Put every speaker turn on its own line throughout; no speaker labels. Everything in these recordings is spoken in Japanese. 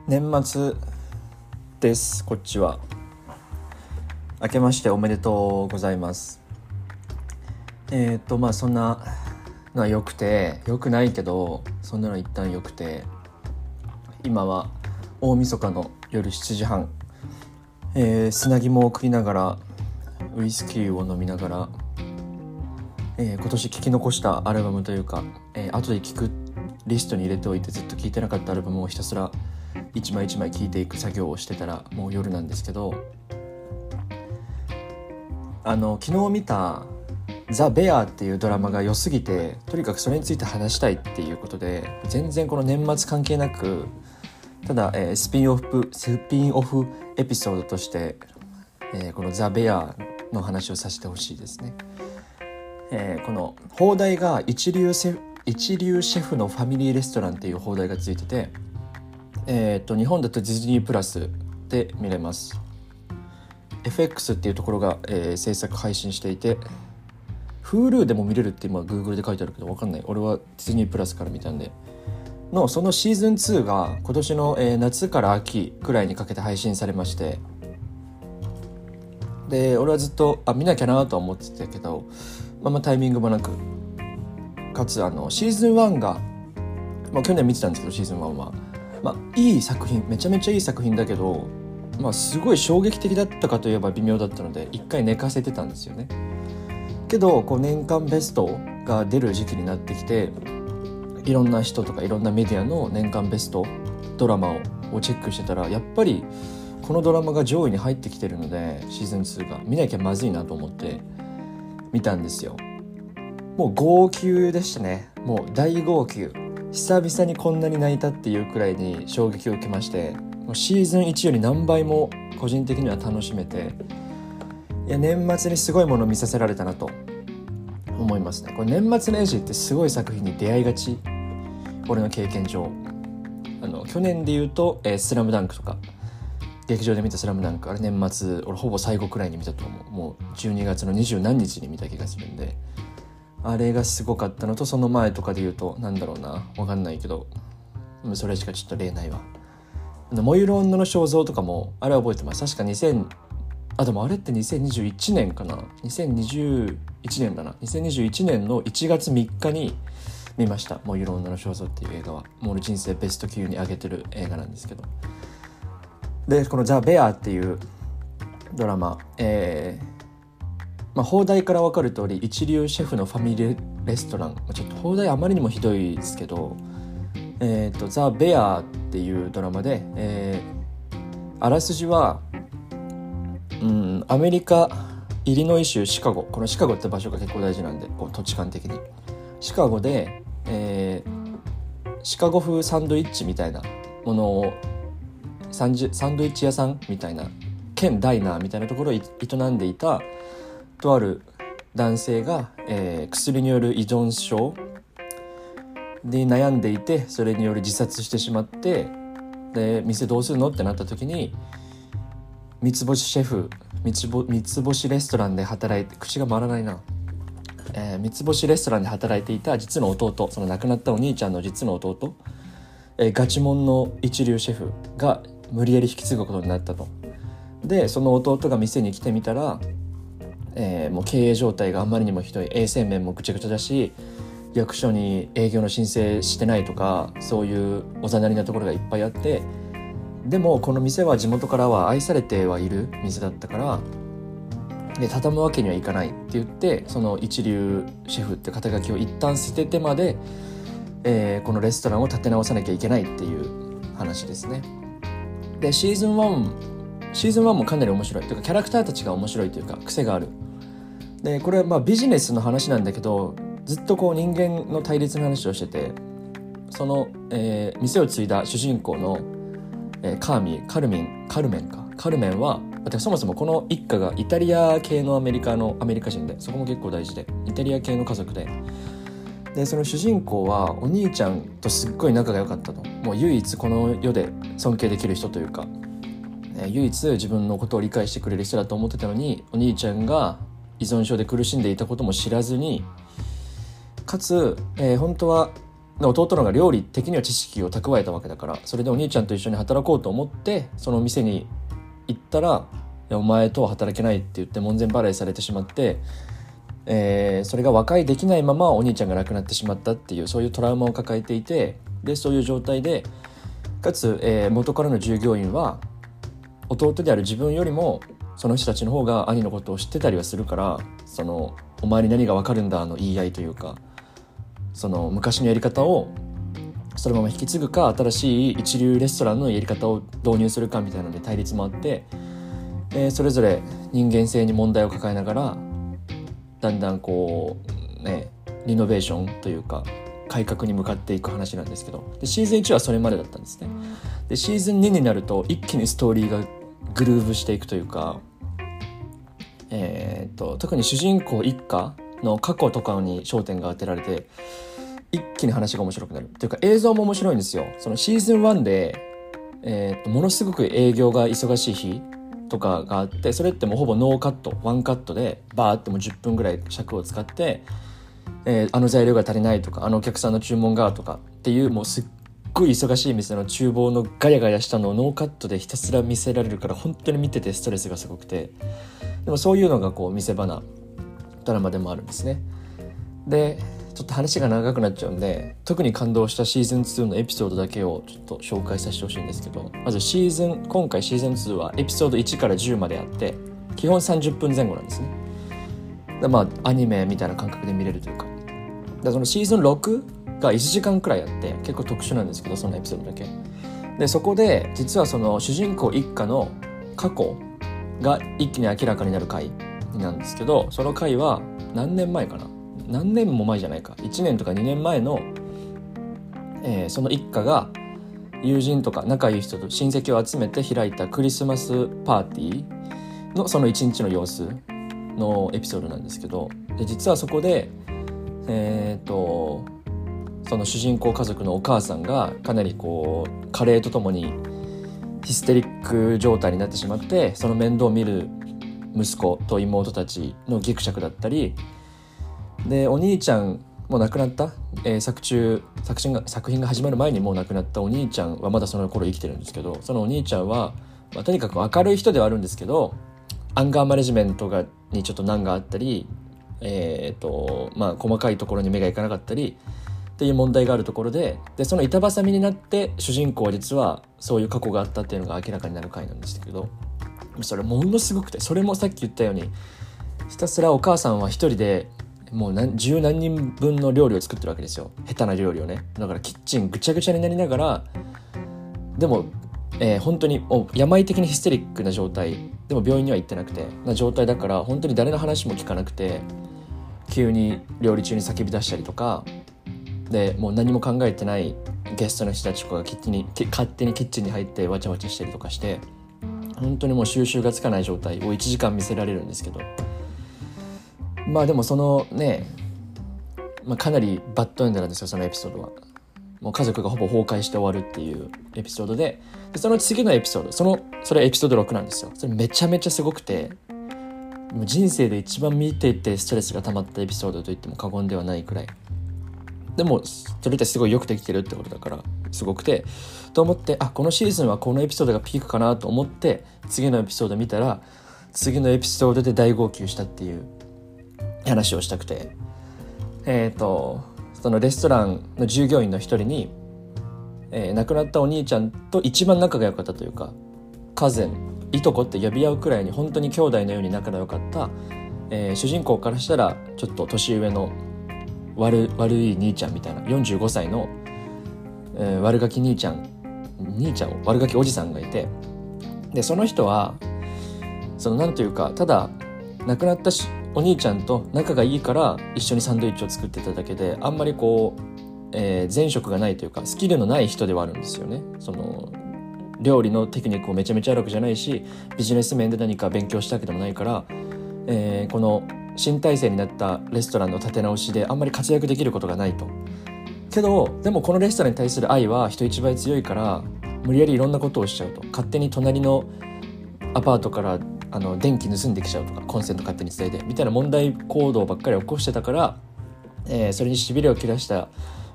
年末です。こっちは明けましておめでとうございます。そんなのは良くて、良くないけどそんなの一旦良くて、今は大晦日の夜7時半、砂肝を食いながらウイスキーを飲みながら、今年聴き残したアルバムというか、後で聴くリストに入れておいてずっと聴いてなかったアルバムをひたすら一枚一枚聴いていく作業をしてたらもう夜なんですけど、昨日見たザ・ベアっていうドラマが良すぎて、とにかくそれについて話したいっていうことで、全然この年末関係なく、ただ、スピンオフエピソードとして、このザ・ベアの話をさせてほしいですね。この放題が一流シェフのファミリーレストランっていう放題がついてて、日本だとディズニープラスで見れます。 FX っていうところが、制作配信していて、 Hulu でも見れるって今 Google で書いてあるけど分かんない。俺はディズニープラスから見たんでの、そのシーズン2が今年の、夏から秋くらいにかけて配信されまして、で俺はずっと見なきゃなとは思ってたけど、タイミングもなく、かつシーズン1が、去年見てたんですけど、シーズン1はいい作品、めちゃめちゃいい作品だけど、すごい衝撃的だったかといえば微妙だったので一回寝かせてたんですよね。けどこう年間ベストが出る時期になってきて、いろんな人とかいろんなメディアの年間ベストドラマをチェックしてたら、やっぱりこのドラマが上位に入ってきてるので、シーズン2が見なきゃまずいなと思って見たんですよ。もう号泣でしたね。もう大号泣。久々にこんなに泣いたっていうくらいに衝撃を受けまして、もうシーズン1より何倍も個人的には楽しめて、いや年末にすごいものを見させられたなと思いますね。これ年末年始ってすごい作品に出会いがち、俺の経験上。去年で言うと、スラムダンクとか、劇場で見たスラムダンク、あれ年末俺ほぼ最後くらいに見たと思う。もう12月の20何日に見た気がするんで、あれがすごかったのと、その前とかで言うとなんだろうな、分かんないけどそれしかちょっと例ないわ。燃ゆる女の肖像とかもあれは覚えてます。確かでもあれって2021年かな、2021年だな、2021年の1月3日に見ました。燃ゆる女の肖像っていう映画はもう人生ベスト級に上げてる映画なんですけど、でこのザ・ベアっていうドラマ、放題から分かる通り一流シェフのファミリーレストラン、ちょっと放題あまりにもひどいですけど、ザ・ベアっていうドラマで、あらすじは、アメリカイリノイ州シカゴ、このシカゴって場所が結構大事なんで、こう土地勘的にシカゴで、シカゴ風サンドイッチみたいなものをサンドイッチ屋さんみたいな兼ダイナーみたいなところを営んでいたとある男性が、薬による依存症に悩んでいて、それにより自殺してしまって、で店どうするのってなった時に、三つ星レストランで働いて、口が回らないな、三つ星レストランで働いていた実の弟、その亡くなったお兄ちゃんの実の弟、ガチモンの一流シェフが無理やり引き継ぐことになったと。でその弟が店に来てみたら、もう経営状態があまりにもひどい、衛生面もぐちゃぐちゃだし、役所に営業の申請してないとか、そういうおざなりなところがいっぱいあって、でもこの店は地元からは愛されてはいる店だったから、で畳むわけにはいかないって言って、その一流シェフって肩書きを一旦捨ててまで、このレストランを立て直さなきゃいけないっていう話ですね。でシーズン1もかなり面白いというか、キャラクターたちが面白いというか癖がある。でこれはビジネスの話なんだけど、ずっとこう人間の対立の話をしてて、その、店を継いだ主人公の、カルメンは、そもそもこの一家がイタリア系のアメリカ人で、そこも結構大事で、イタリア系の家族で、その主人公はお兄ちゃんとすっごい仲が良かったと。もう唯一この世で尊敬できる人というか、唯一自分のことを理解してくれる人だと思ってたのに、お兄ちゃんが依存症で苦しんでいたことも知らずに、かつ、本当は弟の方が料理的には知識を蓄えたわけだから、それでお兄ちゃんと一緒に働こうと思ってその店に行ったら、いやお前とは働けないって言って門前払いされてしまって、それが和解できないままお兄ちゃんが亡くなってしまったっていう、そういうトラウマを抱えていて、でそういう状態でかつ、元からの従業員は弟である自分よりもその人たちの方が兄のことを知ってたりはするから、そのお前に何が分かるんだの言い合いというか、その昔のやり方をそのまま引き継ぐか、新しい一流レストランのやり方を導入するかみたいなので対立もあって、それぞれ人間性に問題を抱えながらだんだんこうねリノベーションというか改革に向かっていく話なんですけど、でシーズン1はそれまでだったんですね。でシーズン2になると一気にストーリーがグルーヴしていくというか、特に主人公一家の過去とかに焦点が当てられて一気に話が面白くなるというか、映像も面白いんですよ。そのシーズン1で、ものすごく営業が忙しい日とかがあって、それってもうほぼノーカットワンカットでバーってもう10分ぐらい尺を使って、あの材料が足りないとか、あのお客さんの注文がとかっていう、もうすっごい忙しい店の厨房のガヤガヤしたのをノーカットでひたすら見せられるから、本当に見ててストレスがすごくて、でもそういうのがこう見せ場なドラマでもあるんですね。でちょっと話が長くなっちゃうんで、特に感動したシーズン2のエピソードだけをちょっと紹介させてほしいんですけど、まず今回シーズン2はエピソード1から10まであって、基本30分前後なんですね。でアニメみたいな感覚で見れるというか、でそのシーズン6が1時間くらいあって結構特殊なんですけど、そのエピソードだけで、そこで実はその主人公一家の過去が一気に明らかになる回なんですけど、その回は何年前かな、何年も前じゃないか、1年とか2年前の、その一家が友人とか仲いい人と親戚を集めて開いたクリスマスパーティーのその1日の様子のエピソードなんですけど、で実はそこでその主人公家族のお母さんがかなりこう加齢とともにヒステリック状態になってしまって、その面倒を見る息子と妹たちのギクシャクだったりで、お兄ちゃんも亡くなった、作品が始まる前にもう亡くなったお兄ちゃんはまだその頃生きてるんですけど、そのお兄ちゃんは、とにかく明るい人ではあるんですけど、アンガーマネジメントにちょっと難があったり、細かいところに目がいかなかったりっていう問題があるところで、その板挟みになって主人公は実はそういう過去があったっていうのが明らかになる回なんですけど、それものすごくて、それもさっき言ったようにひたすらお母さんは一人でもう十何人分の料理を作ってるわけですよ。下手な料理をね。だからキッチンぐちゃぐちゃになりながら、でも、本当に病的にヒステリックな状態でも病院には行ってなくてな状態だから、本当に誰の話も聞かなくて、急に料理中に叫び出したりとかで、もう何も考えてないゲストの人たちとかが勝手にキッチンに入ってわちゃわちゃしたりとかして、本当にもう収拾がつかない状態を1時間見せられるんですけど、でもそのね、かなりバッドエンドなんですよ、そのエピソードは。もう家族がほぼ崩壊して終わるっていうエピソードで、その次のエピソード、それはエピソード6なんですよ。それめちゃめちゃすごくて、もう人生で一番見ていてストレスが溜まったエピソードと言っても過言ではないくらい。でもそれってすごいよくできてるってことだからすごくてと思って、このシーズンはこのエピソードがピークかなと思って次のエピソード見たら、次のエピソードで大号泣したっていう話をしたくて、そのレストランの従業員の一人に、亡くなったお兄ちゃんと一番仲が良かったというか、カゼン、いとこって呼び合うくらいに本当に兄弟のように仲が良かった、主人公からしたらちょっと年上の悪い兄ちゃんみたいな45歳の、悪ガキ兄ちゃん悪ガキおじさんがいて、でその人はなんというか、ただ亡くなったお兄ちゃんと仲がいいから一緒にサンドイッチを作ってただけで、あんまりこう、前職がないというかスキルのない人ではあるんですよね。その料理のテクニックもめちゃめちゃあるわけじゃないし、ビジネス面で何か勉強したわけでもないから、この新体制になったレストランの立て直しであんまり活躍できることがないと。けどでもこのレストランに対する愛は人一倍強いから、無理やりいろんなことをしちゃうと。勝手に隣のアパートから電気盗んできちゃうとか、コンセント勝手につないでみたいな問題行動ばっかり起こしてたから、それにしびれを切らした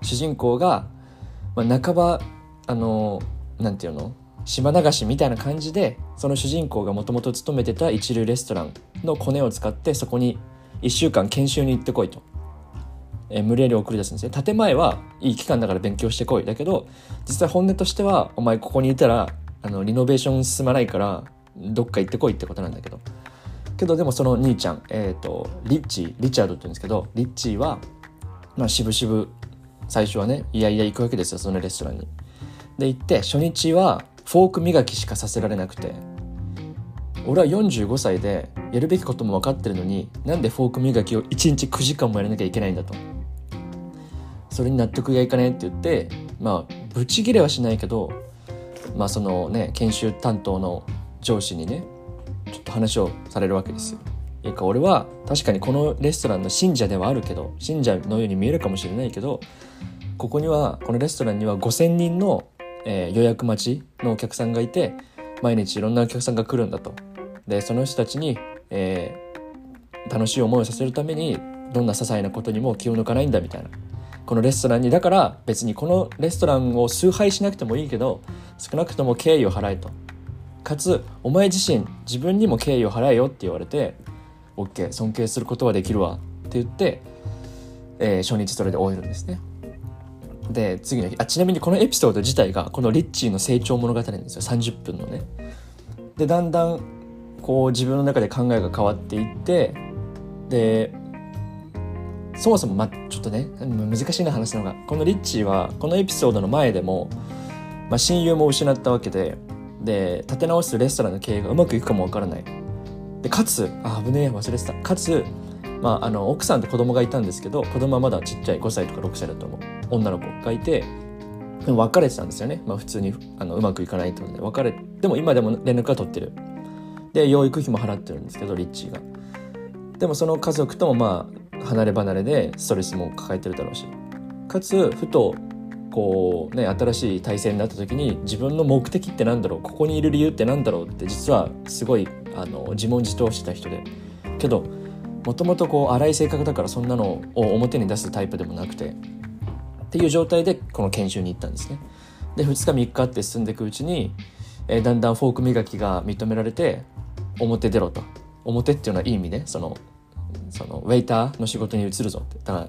主人公が、半ばなんていうの、島流しみたいな感じで、その主人公がもともと勤めてた一流レストランのコネを使ってそこに1週間研修に行ってこいと、無理やり送り出すんですね。建前はいい期間だから勉強してこいだけど、実は本音としてはお前ここにいたらリノベーション進まないからどっか行ってこいってことなんだけど、でもその兄ちゃん、リッチャードって言うんですけど、リッチーは渋々最初はねいやいや行くわけですよ、そのレストランに。で行って初日はフォーク磨きしかさせられなくて、俺は45歳でやるべきことも分かってるのになんでフォーク磨きを1日9時間もやらなきゃいけないんだと、それに納得がいかねえって言って、ブチギレはしないけど、そのね研修担当の上司にねちょっと話をされるわけですよ。俺は確かにこのレストランの信者ではあるけど、信者のように見えるかもしれないけど、このレストランには5000人の、予約待ちのお客さんがいて、毎日いろんなお客さんが来るんだと。でその人たちに、楽しい思いをさせるためにどんな些細なことにも気を抜かないんだみたいな。このレストランにだから別にこのレストランを崇拝しなくてもいいけど、少なくとも敬意を払えと、かつお前自分にも敬意を払えよって言われて、 OK 尊敬することはできるわって言って、初日それで終えるんですね。で次の日、ちなみにこのエピソード自体がこのリッチーの成長物語なんですよ、30分のね。でだんだんこう自分の中で考えが変わっていって、でそもそもちょっとね難しいな話すのが、このリッチーはこのエピソードの前でも、親友も失ったわけで、立て直すレストランの経営がうまくいくかもわからない。でかつ危ねえ忘れてた、かつ、奥さんと子供がいたんですけど、子供はまだちっちゃい5歳とか6歳だと思う女の子がいて、でも別れてたんですよね。普通にうまくいかないってことで別れでも今でも連絡は取ってる。で養育費も払ってるんですけどリッチーが。でもその家族とも離れ離れでストレスも抱えてるだろうし、かつふとこうね新しい体制になった時に自分の目的ってなんだろう、ここにいる理由ってなんだろうって実はすごい自問自答してた人で、けどもともと荒い性格だからそんなのを表に出すタイプでもなくてっていう状態でこの研修に行ったんですね。で2日3日って進んでいくうちに、だんだんフォーク磨きが認められて表出ろと。表っていうのはいい意味ね、そのウェイターの仕事に移るぞって。だから、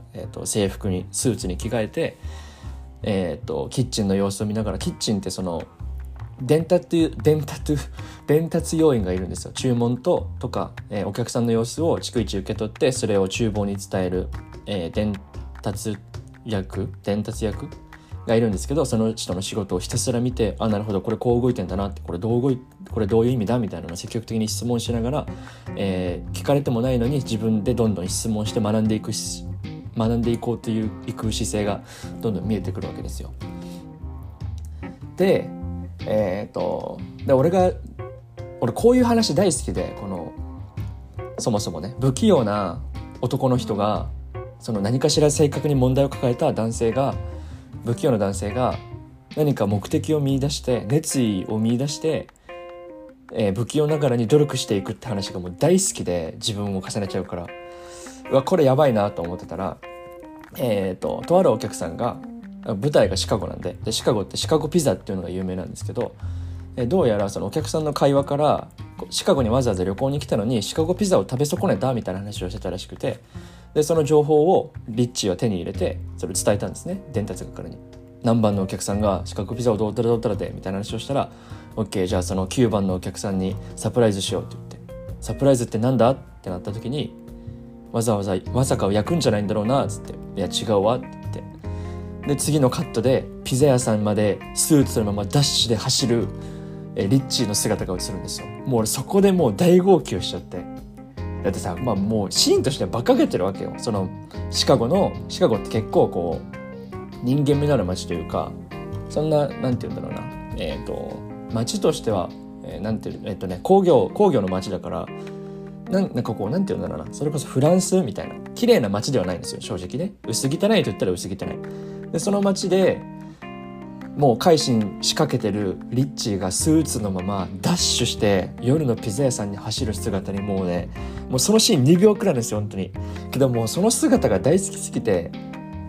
制服にスーツに着替えて、キッチンの様子を見ながら、キッチンってその伝達要員がいるんですよ。注文とか、お客さんの様子を逐一受け取ってそれを厨房に伝える、伝達役がいるんですけど、その人の仕事をひたすら見て、なるほどこれこう動いてんだなって、これどういう意味だみたいなのを積極的に質問しながら、聞かれてもないのに自分でどんどん質問して学んでいこうという姿勢がどんどん見えてくるわけですよ。で俺こういう話大好きで、そもそもね不器用な男の人が、その何かしら性格に問題を抱えた不器用な男性が何か目的を見出して、熱意を見出して、不器用ながらに努力していくって話がもう大好きで、自分を重ねちゃうから、これやばいなと思ってたら、とあるお客さんが、舞台がシカゴなんで、シカゴってシカゴピザっていうのが有名なんですけど、どうやらそのお客さんの会話からシカゴにわざわざ旅行に来たのにシカゴピザを食べ損ねたみたいな話をしてたらしくて、でその情報をリッチーは手に入れてそれを伝えたんですね、伝達係に。何番のお客さんがシカゴピザをどうたらでみたいな話をしたら、 OK じゃあその9番のお客さんにサプライズしようって言って、サプライズってなんだってなった時に、わざわざまさか焼くんじゃないんだろうなっつって、いや違うわって言って、で次のカットでピザ屋さんまでスーツのままダッシュで走るリッチーの姿が映るんですよ。もう俺そこでもう大号泣しちゃって、だってさ、もうシーンとしては馬鹿げてるわけよ。そのシカゴって結構こう人間味のある街というか、そんななんて言うんだろうな、街としては、なんていう工業の街だから、なんかこうなんて言うんだろうな、それこそフランスみたいな綺麗な街ではないんですよ、正直ね。薄汚いと言ったら薄汚いで、その街でもう改心しかけてるリッチーがスーツのままダッシュして夜のピザ屋さんに走る姿にもうそのシーン2秒くらいですよ本当に。けどもうその姿が大好きすぎて、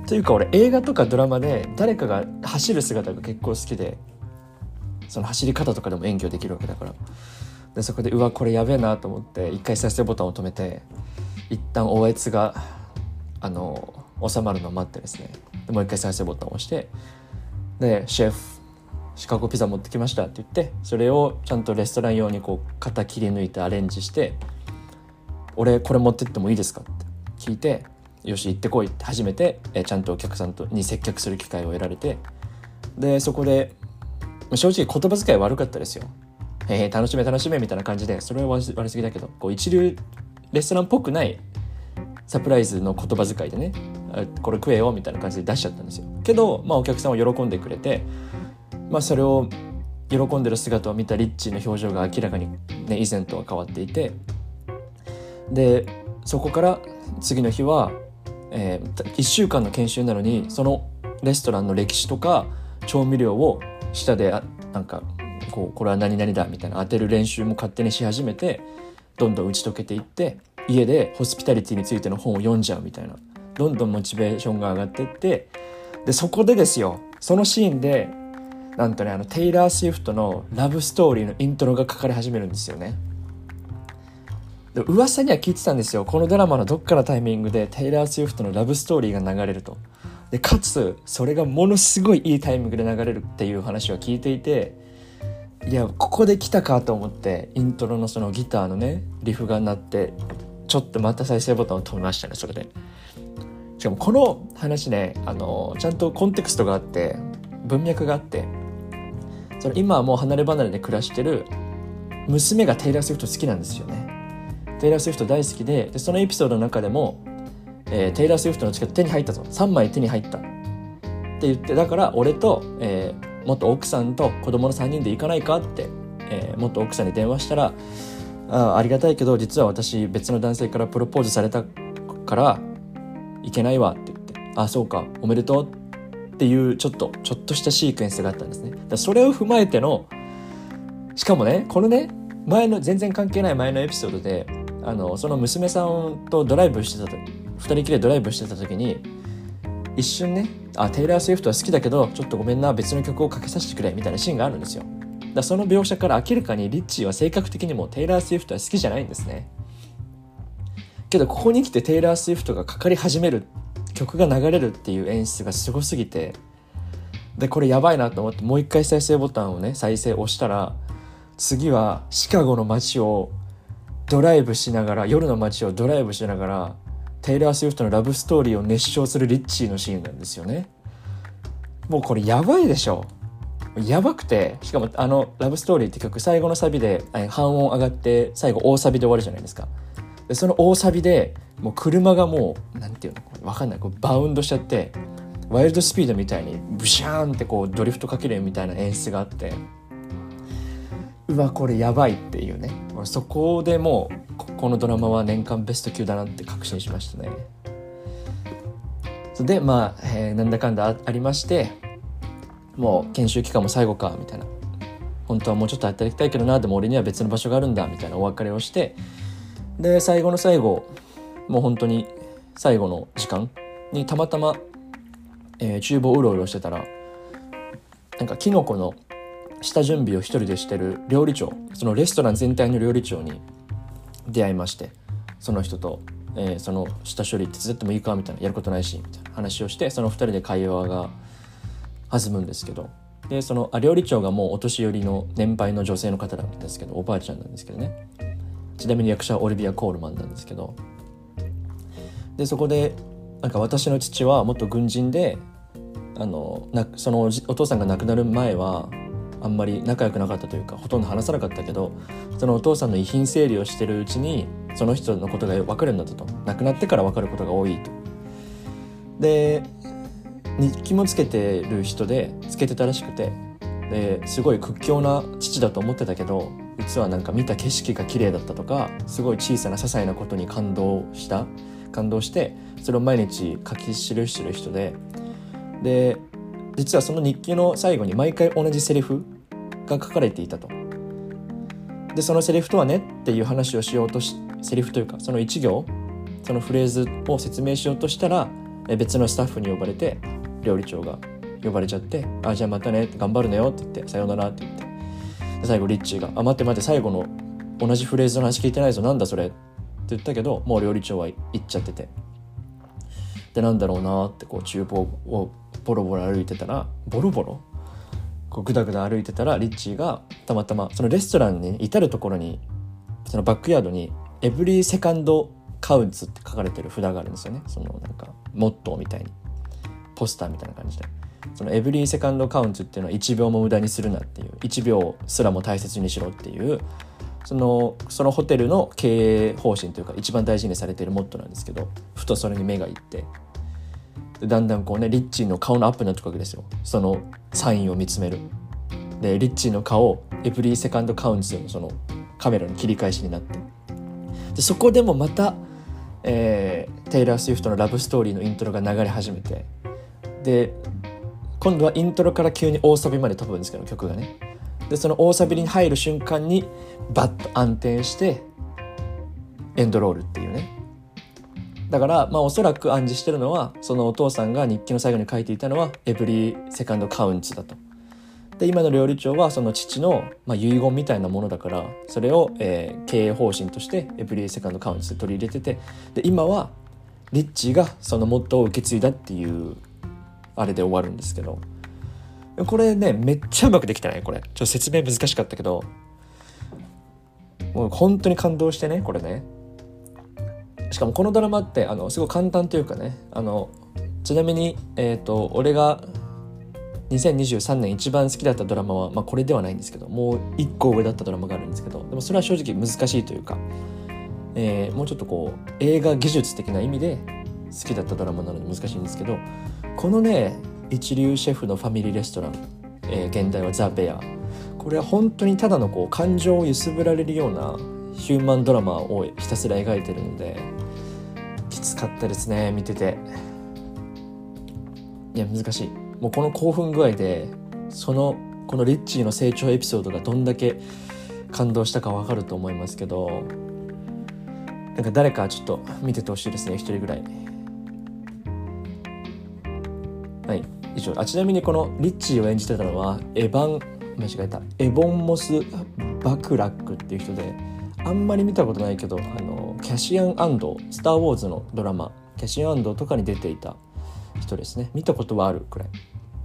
というか俺映画とかドラマで誰かが走る姿が結構好きで、その走り方とかでも演技をできるわけだから、でそこでこれやべえなと思って一回再生ボタンを止めて、一旦おえつが収まるのを待ってですね、でもう一回再生ボタンを押して、でシェフシカゴピザ持ってきましたって言って、それをちゃんとレストラン用にこう型切り抜いてアレンジして、俺これ持ってってもいいですかって聞いて、よし行ってこいって初めてちゃんとお客さんに接客する機会を得られて、でそこで正直言葉遣い悪かったですよ。楽しめ楽しめみたいな感じで、それは悪すぎだけど、こう一流レストランっぽくないサプライズの言葉遣いでね、これ食えよみたいな感じで出しちゃったんですよ。けど、お客さんは喜んでくれて、それを喜んでる姿を見たリッチーの表情が明らかに、ね、以前とは変わっていて、でそこから次の日は、1週間の研修なのに、そのレストランの歴史とか調味料を下でなんかこれは何々だみたいな当てる練習も勝手にし始めて、どんどん打ち解けていって、家でホスピタリティについての本を読んじゃうみたいな、どんどんモチベーションが上がっていって、でそこでですよ、そのシーンでなんとね、テイラー・スウィフトのラブストーリーのイントロがかかり始めるんですよね。で噂には聞いてたんですよ、このドラマのどっかのタイミングでテイラー・スウィフトのラブストーリーが流れると。でかつそれがものすごいいいタイミングで流れるっていう話は聞いていて、いやここで来たかと思って、イントロのそのギターのねリフが鳴って、ちょっとまた再生ボタンを止めましたね。それでしかもこの話ね、ちゃんとコンテクストがあって文脈があって、その今はもう離れ離れで暮らしてる娘がテイラー・スウィフト好きなんですよね。テイラー・スウィフト大好きで、そのエピソードの中でも、テイラー・スウィフトのチケット手に入ったと、3枚手に入ったって言って、だから俺と、元奥さんと子供の3人で行かないかって、元奥さんに電話したら、ありがたいけど実は私別の男性からプロポーズされたから行けないわって言って、そうかおめでとうっていうちょっとしたシークエンスがあったんですね。だそれを踏まえての、しかもねこのね前の全然関係ない前のエピソードで、その娘さんとドライブしてたと、2人きりでドライブしてた時に一瞬ね、テイラー・スウィフトは好きだけどちょっとごめんな、別の曲をかけさせてくれみたいなシーンがあるんですよ。だその描写から明らかにリッチーは性格的にもテイラー・スウィフトは好きじゃないんですね。けどここに来てテイラー・スウィフトがかかり始める、曲が流れるっていう演出がすごすぎて、でこれやばいなと思ってもう一回再生ボタンをね再生押したら、次はシカゴの街をドライブしながら、夜の街をドライブしながらテイラー・スウィフトのラブストーリーを熱唱するリッチーのシーンなんですよね。もうこれやばいでしょ。やばくて、しかもラブストーリーって曲最後のサビで半音上がって最後大サビで終わるじゃないですか。でその大サビでもう車がもうなんていうのわかんない、バウンドしちゃってワイルドスピードみたいにブシャーンってドリフトかけるみたいな演出があって、うわこれやばいっていうね、そこでもうこのドラマは年間ベスト級だなって確信しましたね。でなんだかんだありまして、もう研修期間も最後かみたいな、本当はもうちょっと働きたいけどな、でも俺には別の場所があるんだみたいなお別れをして、で最後の最後、もう本当に最後の時間にたまたま、厨房をうろうろしてたら、なんかキノコの下準備を一人でしてる料理長、そのレストラン全体の料理長に出会いまして、その人と、その下処理手伝ってもいいかみたいな、やることないしみたいな話をして、その二人で会話が弾むんですけど、でその料理長がもうお年寄りの年配の女性の方なんですけど、おばあちゃんなんですけどね、ちなみに役者はオリビア・コールマンなんですけど、でそこでなんか私の父は元軍人で、そのお父さんが亡くなる前はあんまり仲良くなかったというか、ほとんど話さなかったけど、そのお父さんの遺品整理をしてるうちにその人のことが分かるようになったと。亡くなってから分かることが多いと。で日記もつけてる人で、つけてたらしくて、ですごい屈強な父だと思ってたけど、実はなんか見た景色が綺麗だったとか、すごい小さな些細なことに感動してそれを毎日書き記してる人で、実はその日記の最後に毎回同じセリフが書かれていたと。でそのセリフとはねっていう話をしようとセリフというかその一行、そのフレーズを説明しようとしたら、 別のスタッフに呼ばれて、料理長が呼ばれちゃって、じゃあまたね、頑張るねよって言って、さよならって言って、で最後リッチーが待って最後の同じフレーズの話聞いてないぞ、なんだそれって言ったけど、もう料理長は言っちゃってて、でなんだろうなってこう厨房をボロボロ歩いてたら、こうグダグダ歩いてたら、リッチーがたまたまそのレストランに至るところに、そのバックヤードにエブリーセカンドカウンツって書かれてる札があるんですよね。そのなんかモットーみたいに、ポスターみたいな感じで、そのエブリーセカンドカウンツっていうのは1秒も無駄にするなっていう、1秒すらも大切にしろっていう、そのホテルの経営方針というか一番大事にされているモットーなんですけど、ふとそれに目がいって、でだんだんこうね、リッチーの顔のアップになってくるわけですよ。そのサインを見つめる。でリッチーの顔、エブリーセカンドカウンツのそのカメラの切り返しになって、でそこでもまた、テイラー・スウィフトのラブストーリーのイントロが流れ始めて、で今度はイントロから急に大サビまで飛ぶんですけど、曲がね。でその大サビに入る瞬間にバッと暗転してエンドロールっていうね。だからおそらく暗示してるのは、そのお父さんが日記の最後に書いていたのはエブリーセカンドカウンツだと。で今の料理長はその父の、遺言みたいなものだから、それを、経営方針としてエブリーセカンドカウンツで取り入れてて、で今はリッチーがそのモットーを受け継いだっていうあれで終わるんですけど、これねめっちゃうまくできたね。これちょっと説明難しかったけど、もう本当に感動してね、これね。しかもこのドラマってすごい簡単というかね、ちなみに俺が2023年一番好きだったドラマは、これではないんですけど、もう一個上だったドラマがあるんですけど、でもそれは正直難しいというか、もうちょっとこう映画技術的な意味で好きだったドラマなので難しいんですけど、このね一流シェフのファミリーレストラン、現代はザ・ベア、これは本当にただのこう感情を揺すぶられるようなヒューマンドラマをひたすら描いてるので、きつかったですね見てて。いや難しい。もうこの興奮具合でこのリッチーの成長エピソードがどんだけ感動したか分かると思いますけど、なんか誰かちょっと見ててほしいですね、一人ぐらい。はい、以上。ちなみにこのリッチーを演じてたのはエボン・モス・バクラックっていう人で、あんまり見たことないけどキャシアン・アンドスター・ウォーズのドラマキャシアン・アンドとかに出ていた人ですね。見たことはあるくらい。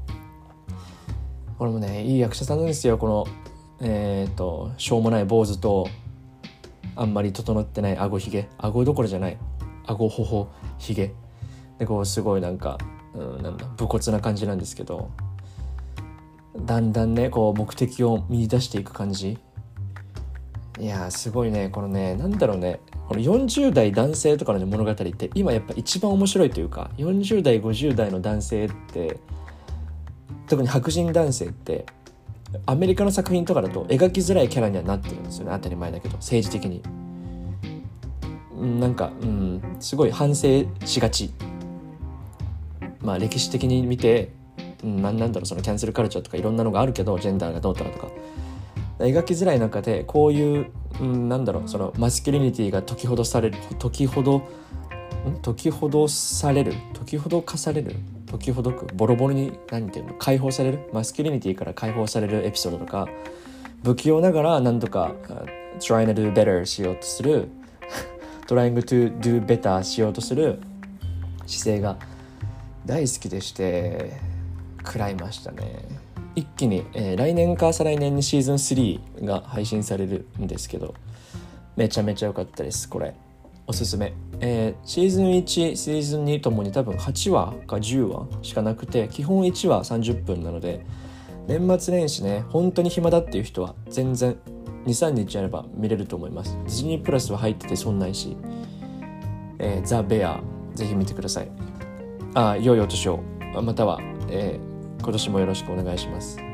これもねいい役者さんなんですよ。このしょうもない坊主とあんまり整ってない顎ひげ、顎どころじゃない顎ほほひげで、こうすごいなんか、武骨な感じなんですけど、だんだんねこう目的を見出していく感じ。いやすごいね。このねなんだろうね、この40代男性とかの物語って今やっぱ一番面白いというか、40代50代の男性って、特に白人男性ってアメリカの作品とかだと描きづらいキャラにはなってるんですよね。当たり前だけど政治的になんか、すごい反省しがち。歴史的に見て、なんだろう、そのキャンセルカルチャーとかいろんなのがあるけど、ジェンダーがどうたらとか描きづらい中で、こういう、そのマスキュリニティが解きほどされる、ボロボロに解放される、マスキュリニティから解放されるエピソードとか、不器用ながら何とか trying to do better しようとするtrying to do better しようとする姿勢が大好きでして食らいましたね。一気に、来年か再来年にシーズン3が配信されるんですけど、めちゃめちゃ良かったです。これおすすめ。シーズン1シーズン2ともに多分8話か10話しかなくて、基本1話30分なので、年末年始ね本当に暇だっていう人は全然 2,3 日あれば見れると思います。ディズニープラスは入っててそんないし、ザ・ベアぜひ見てください。良いお年を、または、今年もよろしくお願いします。